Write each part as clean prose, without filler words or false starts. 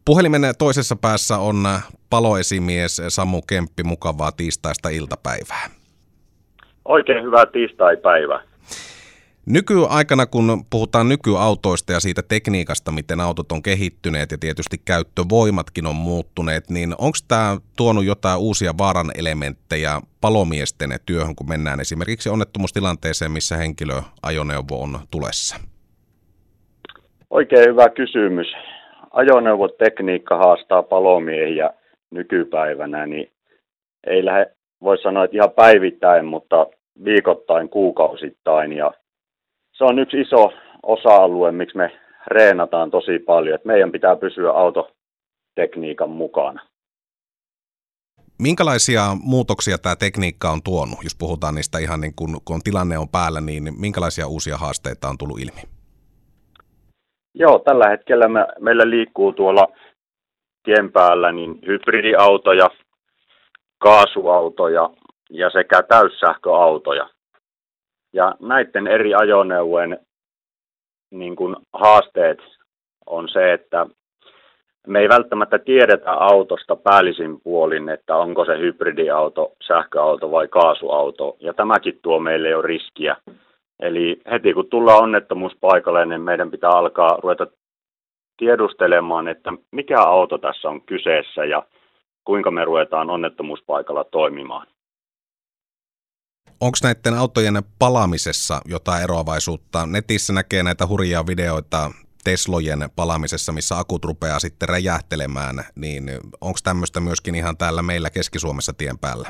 Puhelimen toisessa päässä on paloesimies Samu Kemppi. Mukavaa tiistaista iltapäivää. Oikein hyvää tiistaipäivää. Nykyaikana, kun puhutaan nykyautoista ja siitä tekniikasta, miten autot on kehittyneet ja tietysti käyttövoimatkin on muuttuneet, niin onko tämä tuonut jotain uusia vaaran elementtejä palomiesten työhön, kun mennään esimerkiksi onnettomuustilanteeseen, missä henkilöajoneuvo on tulessa? Oikein hyvä kysymys. Ajoneuvotekniikka haastaa palomiehiä nykypäivänä, niin ei voi sanoa, että ihan päivittäin, mutta viikoittain, kuukausittain. Ja se on yksi iso osa-alue, miksi me reenataan tosi paljon, että meidän pitää pysyä autotekniikan mukana. Minkälaisia muutoksia tämä tekniikka on tuonut, jos puhutaan niistä ihan niin kun tilanne on päällä, niin minkälaisia uusia haasteita on tullut ilmi? Joo, tällä hetkellä meillä liikkuu tuolla tien päällä niin hybridiautoja, kaasuautoja ja sekä täyssähköautoja. Ja näiden eri ajoneuvojen niin kuin haasteet on se, että me ei välttämättä tiedetä autosta päällisin puolin, että onko se hybridiauto, sähköauto vai kaasuauto. Ja tämäkin tuo meille jo riskiä. Eli heti kun tullaan onnettomuuspaikalle, niin meidän pitää alkaa ruveta tiedustelemaan, että mikä auto tässä on kyseessä ja kuinka me ruvetaan onnettomuuspaikalla toimimaan. Onko näiden autojen palaamisessa jotain eroavaisuutta? Netissä näkee näitä hurjia videoita Teslojen palaamisessa, missä akut rupeaa sitten räjähtelemään, niin onko tämmöistä myöskin ihan täällä meillä Keski-Suomessa tien päällä?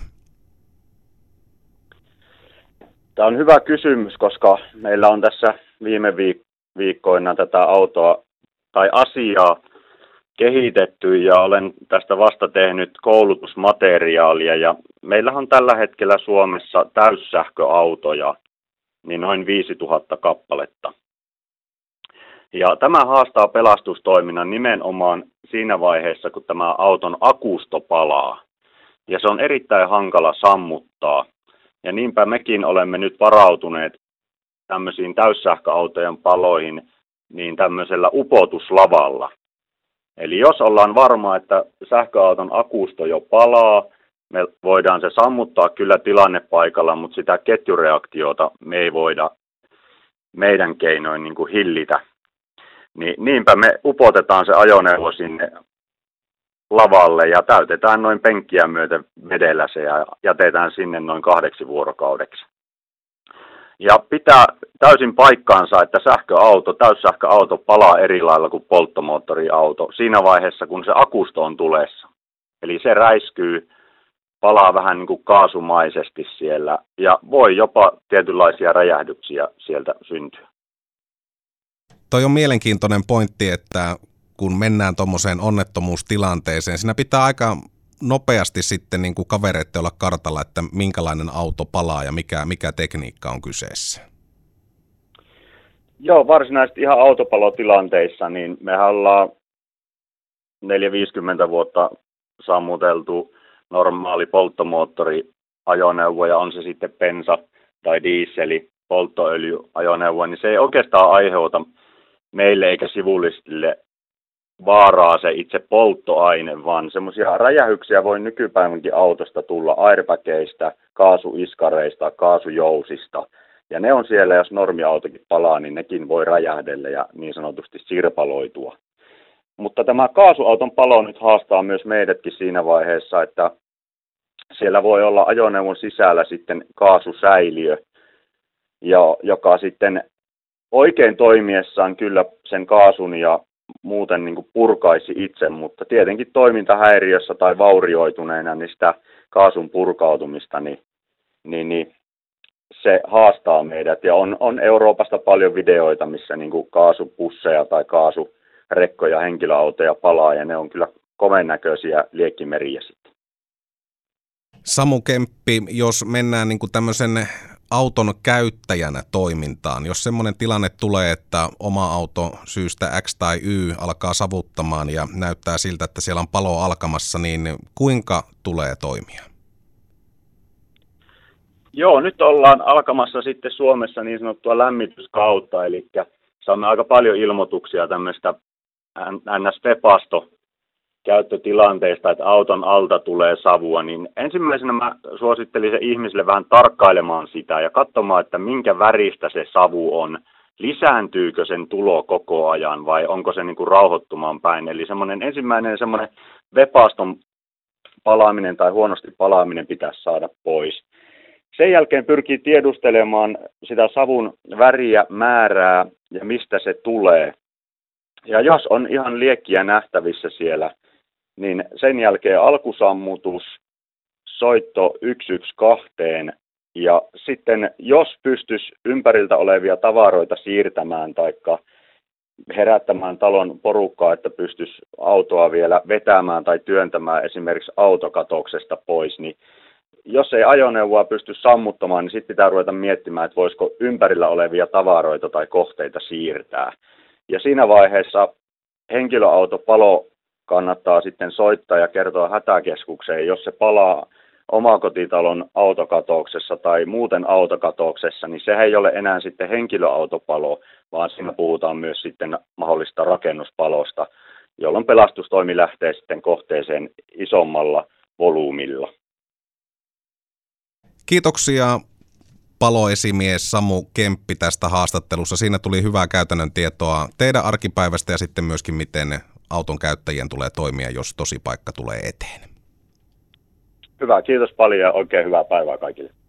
Tämä on hyvä kysymys, koska meillä on tässä viime viikkoina tätä autoa tai asiaa kehitetty ja olen tästä vasta tehnyt koulutusmateriaalia ja meillä on tällä hetkellä Suomessa täyssähköautoja niin noin 5000 kappaletta. Ja tämä haastaa pelastustoiminnan nimenomaan siinä vaiheessa, kun tämä auton akusto palaa. Ja se on erittäin hankala sammuttaa. Ja niinpä mekin olemme nyt varautuneet tämmöisiin täyssähköautojen paloihin niin tämmöisellä upotuslavalla. Eli jos ollaan varma, että sähköauton akusto jo palaa, me voidaan se sammuttaa kyllä tilannepaikalla, mutta sitä ketjureaktiota me ei voida meidän keinoin niin kuin hillitä. Niinpä me upotetaan se ajoneuvo sinne lavalle ja täytetään noin penkkiä myöten vedellä se ja jätetään sinne noin 2 vuorokaudeksi. Ja pitää täysin paikkaansa, että täyssähköauto palaa eri lailla kuin polttomoottoriauto siinä vaiheessa, kun se akusto on tulessa. Eli se räiskyy, palaa vähän niin kuin kaasumaisesti siellä ja voi jopa tietynlaisia räjähdyksiä sieltä syntyä. Toi on mielenkiintoinen pointti, että kun mennään tuommoiseen onnettomuustilanteeseen, siinä pitää aika nopeasti sitten niin kuin kavereiden olla kartalla, että minkälainen auto palaa ja mikä tekniikka on kyseessä. Joo, varsinaisesti ihan autopalotilanteissa, niin mehän ollaan 4-50 vuotta sammuteltu normaali polttomoottoriajoneuvo ja on se sitten bensa tai dieseli, polttoöljyajoneuvo, niin se ei oikeastaan aiheuta meille eikä sivullisille vaaraa se itse polttoaine, vaan semmoisia räjähyksiä voi nykypäivänkin autosta tulla airbageista, kaasuiskareista, kaasujousista. Ja ne on siellä, jos normiautokin palaa, niin nekin voi räjähdellä ja niin sanotusti sirpaloitua. Mutta tämä kaasuauton palo nyt haastaa myös meidätkin siinä vaiheessa, että siellä voi olla ajoneuvon sisällä sitten kaasusäiliö, joka sitten oikein toimiessaan kyllä sen kaasun ja muuten niin kuin purkaisi itse, mutta tietenkin toimintahäiriössä tai vaurioituneena niin sitä kaasun purkautumista, niin se haastaa meidät. Ja on Euroopasta paljon videoita, missä niin kuin kaasupusseja tai kaasurekkoja, henkilöautoja palaa, ja ne on kyllä koven näköisiä liekkimeriä sitten. Samu Kemppi, jos mennään niin kuin tämmöisen auton käyttäjänä toimintaan, jos semmoinen tilanne tulee, että oma auto syystä X tai Y alkaa savuttamaan ja näyttää siltä, että siellä on palo alkamassa, niin kuinka tulee toimia? Joo, nyt ollaan alkamassa sitten Suomessa niin sanottua lämmityskautta, eli saamme aika paljon ilmoituksia tämmöistä NS-Fepasto käyttötilanteesta, että auton alta tulee savua, niin ensimmäisenä mä suosittelisin ihmisille vähän tarkkailemaan sitä ja katsomaan, että minkä väristä se savu on. Lisääntyykö sen tulo koko ajan vai onko se niin kuin rauhoittumaan päin? Eli ensimmäinen semmoinen vepaston palaaminen tai huonosti palaaminen pitäisi saada pois. Sen jälkeen pyrkii tiedustelemaan sitä savun väriä, määrää ja mistä se tulee. Ja jos on ihan liekkiä nähtävissä siellä, niin sen jälkeen alkusammutus, soitto 112 ja sitten jos pystyisi ympäriltä olevia tavaroita siirtämään tai herättämään talon porukkaa, että pystyisi autoa vielä vetämään tai työntämään esimerkiksi autokatoksesta pois, niin jos ei ajoneuvoa pysty sammuttamaan, niin sitten pitää ruveta miettimään, että voisiko ympärillä olevia tavaroita tai kohteita siirtää. Ja siinä vaiheessa henkilöautopalo kannattaa sitten soittaa ja kertoa hätäkeskukseen, jos se palaa omakotitalon autokatoksessa tai muuten autokatoksessa, niin se ei ole enää sitten henkilöautopalo, vaan siinä puhutaan myös sitten mahdollista rakennuspalosta, jolloin pelastustoimi lähtee sitten kohteeseen isommalla volyymilla. Kiitoksia paloesimies Samu Kemppi tästä haastattelussa. Siinä tuli hyvää käytännön tietoa teidän arkipäivästä ja sitten myöskin miten auton käyttäjien tulee toimia, jos tosipaikka tulee eteen. Hyvä, kiitos paljon ja oikein hyvää päivää kaikille.